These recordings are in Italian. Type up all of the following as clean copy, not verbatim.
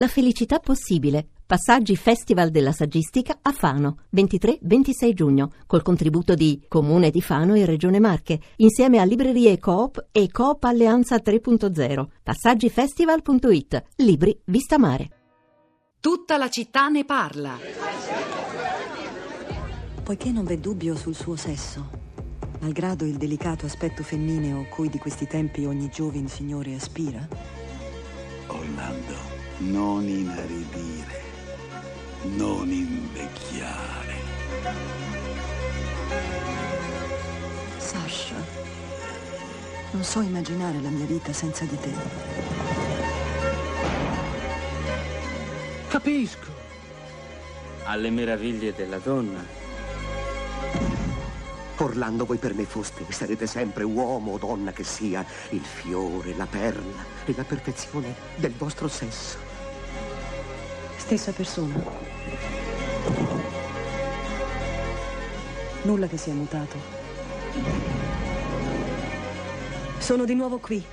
La felicità possibile. Passaggi Festival della Saggistica a Fano, 23-26 giugno, col contributo di Comune di Fano e Regione Marche, insieme a Librerie Coop e Coop Alleanza 3.0. Passaggifestival.it. Libri vista mare. Tutta la città ne parla. Poiché non v'è dubbio sul suo sesso, malgrado il delicato aspetto femmineo cui di questi tempi ogni giovine signore aspira, Orlando, non inaridire, non invecchiare. Sasha, non so immaginare la mia vita senza di te. Capisco. Alle meraviglie della donna. Orlando, voi per me foste e sarete sempre, uomo o donna che sia, il fiore, la perla e la perfezione del vostro sesso. Stessa persona. Nulla che sia mutato. Sono di nuovo qui.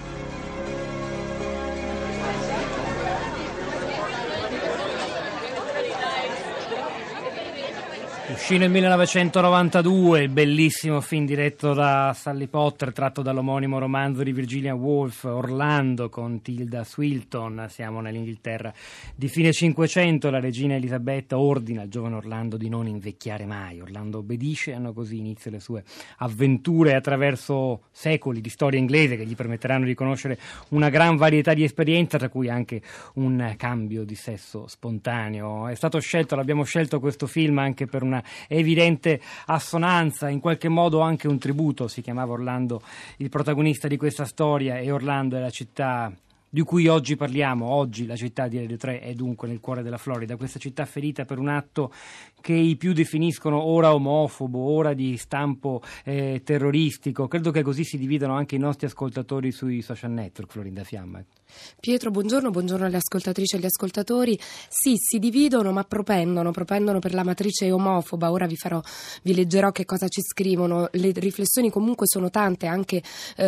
Uscì nel 1992 il bellissimo film diretto da Sally Potter, tratto dall'omonimo romanzo di Virginia Woolf, Orlando, con Tilda Swinton. Siamo nell'Inghilterra di fine Cinquecento. La regina Elisabetta ordina al giovane Orlando di non invecchiare mai. Orlando obbedisce e hanno così inizio le sue avventure attraverso secoli di storia inglese che gli permetteranno di conoscere una gran varietà di esperienze, tra cui anche un cambio di sesso spontaneo. L'abbiamo scelto questo film anche per una evidente assonanza, in qualche modo anche un tributo. Si chiamava Orlando il protagonista di questa storia, e Orlando è la città di cui oggi parliamo. Oggi la città di Radio 3 è dunque nel cuore della Florida, questa città ferita per un atto che i più definiscono ora omofobo, ora di stampo terroristico. Credo che così si dividano anche i nostri ascoltatori sui social network. Florinda Fiamma. Pietro, buongiorno alle ascoltatrici e agli ascoltatori. Sì, si dividono ma propendono per la matrice omofoba. Ora vi leggerò che cosa ci scrivono. Le riflessioni comunque sono tante, anche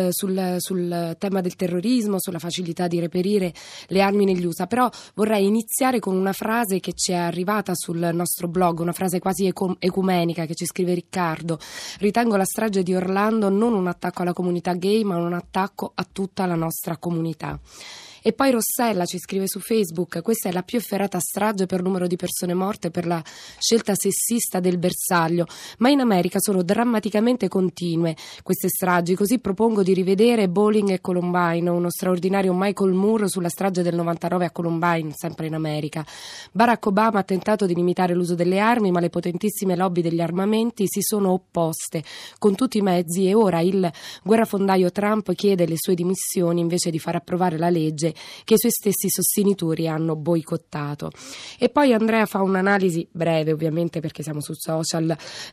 sul tema del terrorismo, sulla facilità di reperire le armi negli USA. Però vorrei iniziare con una frase che ci è arrivata sul nostro blog, una frase quasi ecumenica che ci scrive Riccardo. Ritengo la strage di Orlando non un attacco alla comunità gay, ma un attacco a tutta la nostra comunità. E poi Rossella ci scrive su Facebook: questa è la più efferata strage per numero di persone morte per la scelta sessista del bersaglio, ma in America sono drammaticamente continue queste stragi, così propongo di rivedere Bowling e Columbine, uno straordinario Michael Moore sulla strage del 99 a Columbine, sempre in America. Barack Obama ha tentato di limitare l'uso delle armi, ma le potentissime lobby degli armamenti si sono opposte con tutti i mezzi, e ora il guerrafondaio Trump chiede le sue dimissioni invece di far approvare la legge che i suoi stessi sostenitori hanno boicottato. E poi Andrea fa un'analisi breve, ovviamente perché siamo su social,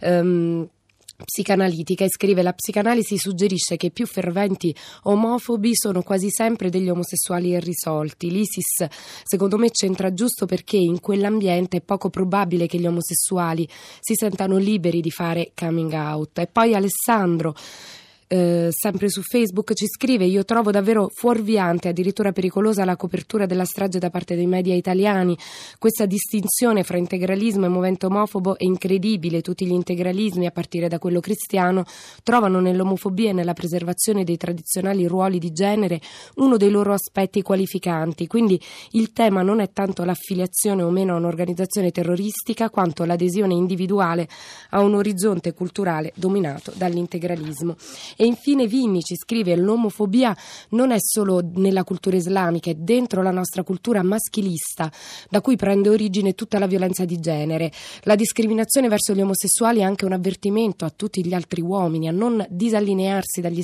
psicanalitica, e scrive: la psicanalisi suggerisce che i più ferventi omofobi sono quasi sempre degli omosessuali irrisolti. L'ISIS secondo me c'entra giusto perché in quell'ambiente è poco probabile che gli omosessuali si sentano liberi di fare coming out. E poi Alessandro sempre su Facebook ci scrive: io trovo davvero fuorviante, addirittura pericolosa, la copertura della strage da parte dei media italiani. Questa distinzione fra integralismo e movimento omofobo è incredibile. Tutti gli integralismi, a partire da quello cristiano, trovano nell'omofobia e nella preservazione dei tradizionali ruoli di genere uno dei loro aspetti qualificanti. Quindi il tema non è tanto l'affiliazione o meno a un'organizzazione terroristica quanto l'adesione individuale a un orizzonte culturale dominato dall'integralismo. E infine Vinni ci scrive: l'omofobia non è solo nella cultura islamica, è dentro la nostra cultura maschilista, da cui prende origine tutta la violenza di genere. La discriminazione verso gli omosessuali è anche un avvertimento a tutti gli altri uomini a non disallinearsi dagli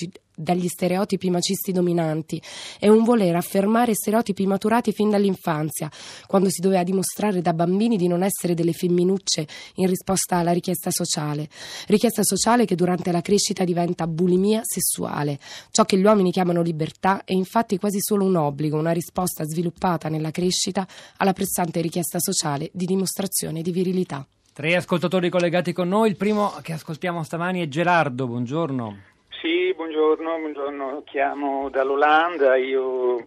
stereotipi macisti dominanti. È un voler affermare stereotipi maturati fin dall'infanzia, quando si doveva dimostrare da bambini di non essere delle femminucce in risposta alla richiesta sociale che durante la crescita diventa bulimia sessuale. Ciò che gli uomini chiamano libertà è infatti quasi solo un obbligo, una risposta sviluppata nella crescita alla pressante richiesta sociale di dimostrazione di virilità. 3 ascoltatori collegati con noi. Il primo che ascoltiamo stamani è Gerardo. Buongiorno. Sì, buongiorno, chiamo dall'Olanda. Io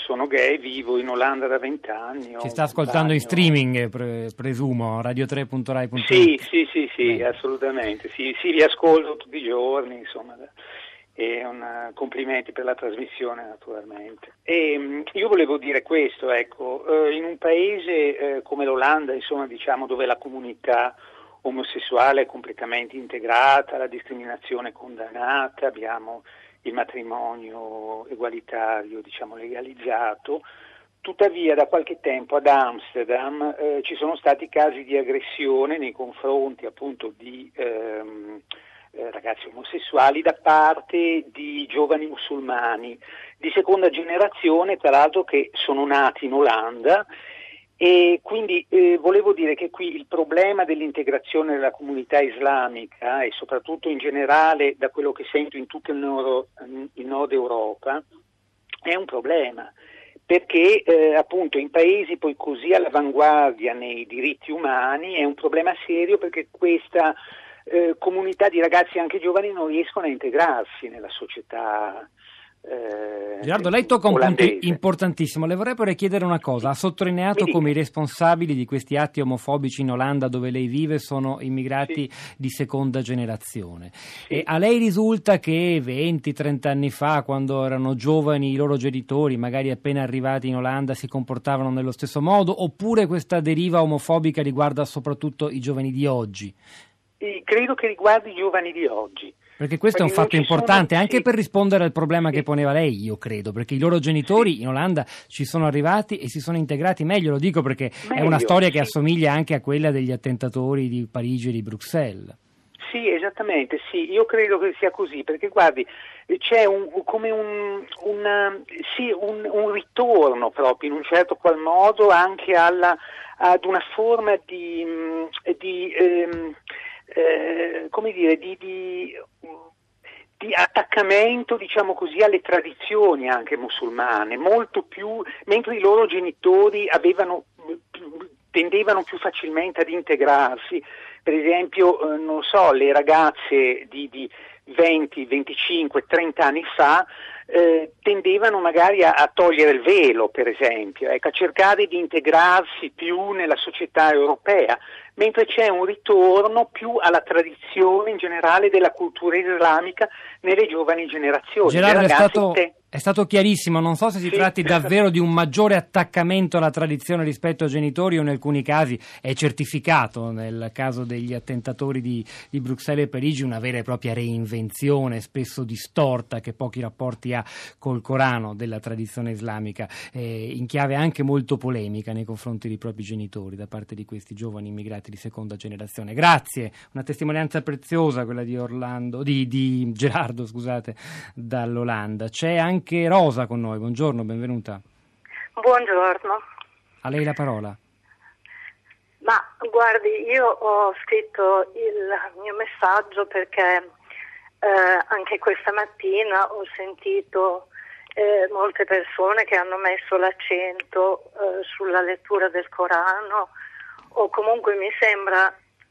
sono gay, vivo in Olanda da 20 anni. Ci sta ascoltando in streaming, presumo, radio3.rai.it. Sì, assolutamente. Sì, vi ascolto tutti i giorni, insomma. E complimenti per la trasmissione, naturalmente. E io volevo dire questo, ecco, in un paese come l'Olanda, insomma, diciamo, dove la comunità omosessuale è completamente integrata, la discriminazione condannata, abbiamo il matrimonio egualitario, diciamo, legalizzato. Tuttavia, da qualche tempo ad Amsterdam ci sono stati casi di aggressione nei confronti, appunto, di ragazzi omosessuali da parte di giovani musulmani di seconda generazione, tra l'altro, che sono nati in Olanda. E quindi volevo dire che qui il problema dell'integrazione della comunità islamica, e soprattutto in generale da quello che sento in tutto il Nord Europa, è un problema, perché appunto in paesi poi così all'avanguardia nei diritti umani è un problema serio, perché questa comunità di ragazzi anche giovani non riescono a integrarsi nella società. Gerardo, lei tocca un olandese. punto importantissimo. Le vorrei però chiedere una cosa. Ha sottolineato come i responsabili di questi atti omofobici in Olanda, dove lei vive, sono immigrati di seconda generazione. E a lei risulta che 20-30 anni fa, quando erano giovani i loro genitori, magari appena arrivati in Olanda, si comportavano nello stesso modo, oppure questa deriva omofobica riguarda soprattutto i giovani di oggi? Credo che riguardi i giovani di oggi. Perché questo è un fatto importante anche per rispondere al problema che poneva lei, io credo, perché i loro genitori in Olanda ci sono arrivati e si sono integrati meglio, lo dico perché è una storia che assomiglia anche a quella degli attentatori di Parigi e di Bruxelles. Sì, esattamente, sì, io credo che sia così, perché guardi, c'è un ritorno proprio in un certo qual modo anche ad una forma di attaccamento, diciamo così, alle tradizioni anche musulmane, molto più, mentre i loro genitori tendevano più facilmente ad integrarsi. Per esempio, non so, le ragazze di 20, 25, 30 anni fa tendevano magari a togliere il velo, per esempio, a cercare di integrarsi più nella società europea, mentre c'è un ritorno più alla tradizione in generale della cultura islamica nelle giovani generazioni. Gerardo, è stato chiarissimo, non so se si tratti davvero di un maggiore attaccamento alla tradizione rispetto ai genitori o in alcuni casi è certificato, nel caso degli attentatori di Bruxelles e Parigi, una vera e propria reinvenzione, spesso distorta, che pochi rapporti ha col Corano, della tradizione islamica, in chiave anche molto polemica nei confronti dei propri genitori da parte di questi giovani immigrati di seconda generazione. Grazie, una testimonianza preziosa quella di Gerardo, scusate, dall'Olanda. C'è anche Rosa con noi, buongiorno, benvenuta. Buongiorno. A lei la parola. Ma guardi, io ho scritto il mio messaggio perché anche questa mattina ho sentito molte persone che hanno messo l'accento sulla lettura del Corano, o comunque mi sembra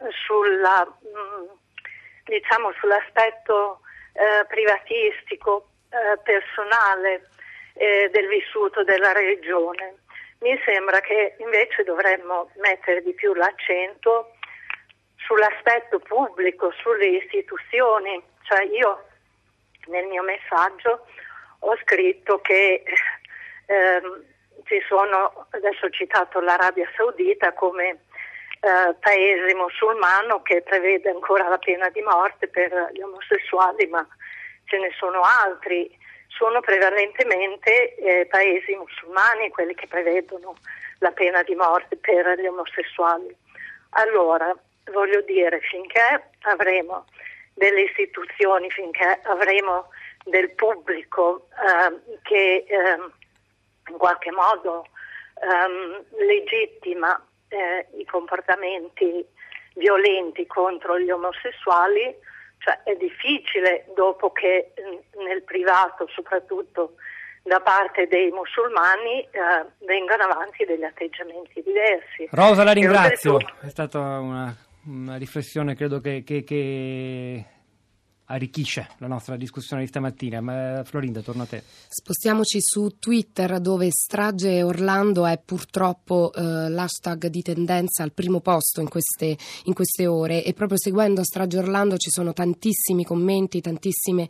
sull'aspetto privatistico, personale del vissuto della religione. Mi sembra che invece dovremmo mettere di più l'accento sull'aspetto pubblico, sulle istituzioni. Cioè io nel mio messaggio ho scritto che ci sono, adesso ho citato l'Arabia Saudita come paese musulmano che prevede ancora la pena di morte per gli omosessuali, ma ce ne sono altri. Sono prevalentemente paesi musulmani quelli che prevedono la pena di morte per gli omosessuali. Allora, voglio dire, finché avremo delle istituzioni, finché avremo del pubblico che in qualche modo legittima i comportamenti violenti contro gli omosessuali, cioè è difficile dopo che nel privato, soprattutto da parte dei musulmani, vengano avanti degli atteggiamenti diversi. Rosa, la ringrazio, è stata una riflessione credo che arricchisce la nostra discussione di stamattina. Ma Florinda, torno a te. Spostiamoci su Twitter, dove strage Orlando è purtroppo l'hashtag di tendenza al primo posto in queste ore, e proprio seguendo strage Orlando ci sono tantissimi commenti, tantissime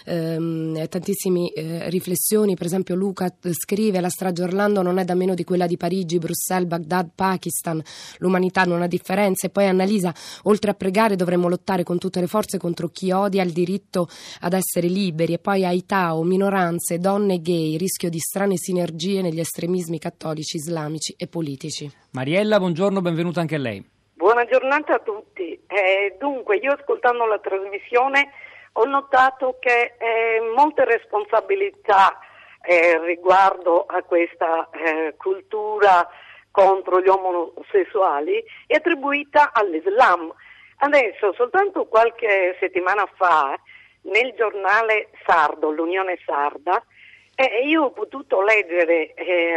riflessioni. Per esempio Luca scrive: la strage Orlando non è da meno di quella di Parigi, Bruxelles, Baghdad, Pakistan, l'umanità non ha differenze. E poi Annalisa: oltre a pregare dovremmo lottare con tutte le forze contro chi odia il diritto ad essere liberi. E poi Aitao: minoranze, donne, gay, rischio di strane sinergie negli estremismi cattolici, islamici e politici. Mariella, buongiorno, benvenuta anche a lei. Buona giornata a tutti. Dunque, io ascoltando la trasmissione ho notato che molte responsabilità riguardo a questa cultura contro gli omosessuali è attribuita all'Islam. Adesso, soltanto qualche settimana fa, nel giornale sardo, l'Unione Sarda, io ho potuto leggere,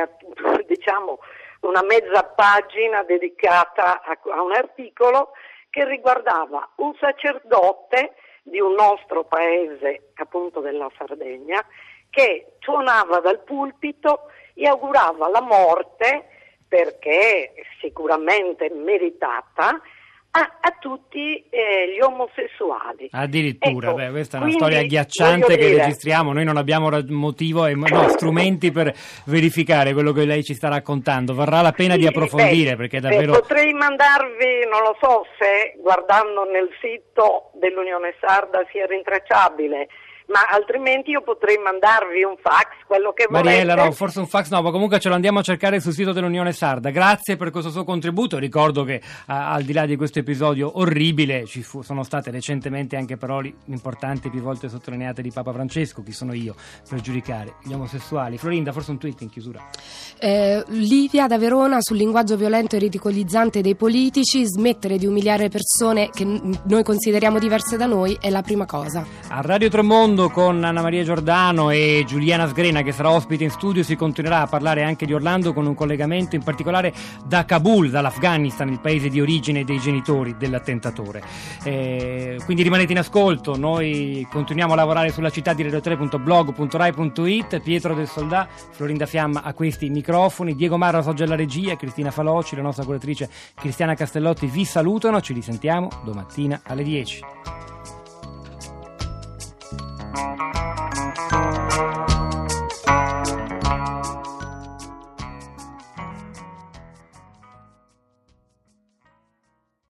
una mezza pagina dedicata a un articolo che riguardava un sacerdote di un nostro paese, appunto della Sardegna, che suonava dal pulpito e augurava la morte, perché sicuramente meritata, a tutti gli omosessuali. Addirittura, questa è una storia agghiacciante che registriamo. Noi non abbiamo motivo strumenti per verificare quello che lei ci sta raccontando. Varrà la pena di approfondire, perché davvero... Potrei mandarvi, non lo so se guardando nel sito dell'Unione Sarda sia rintracciabile, ma altrimenti io potrei mandarvi un fax, quello che volete. Mariella, no, forse un fax no, ma comunque ce lo andiamo a cercare sul sito dell'Unione Sarda. Grazie per questo suo contributo. Ricordo che al di là di questo episodio orribile sono state recentemente anche parole importanti più volte sottolineate di Papa Francesco. Chi sono io per giudicare gli omosessuali? Florinda, forse un tweet in chiusura. Livia da Verona: sul linguaggio violento e ridicolizzante dei politici, smettere di umiliare persone che noi consideriamo diverse da noi è la prima cosa. A Radio Tremondo, con Anna Maria Giordano e Giuliana Sgrena, che sarà ospite in studio, si continuerà a parlare anche di Orlando, con un collegamento in particolare da Kabul, dall'Afghanistan, il paese di origine dei genitori dell'attentatore. Quindi rimanete in ascolto, noi continuiamo a lavorare sulla città di radio3.blog.rai.it. Pietro del Soldà, Florinda Fiamma a questi microfoni, Diego Marra oggi alla regia, Cristina Faloci, la nostra curatrice Cristiana Castellotti vi salutano. Ci risentiamo domattina alle 10.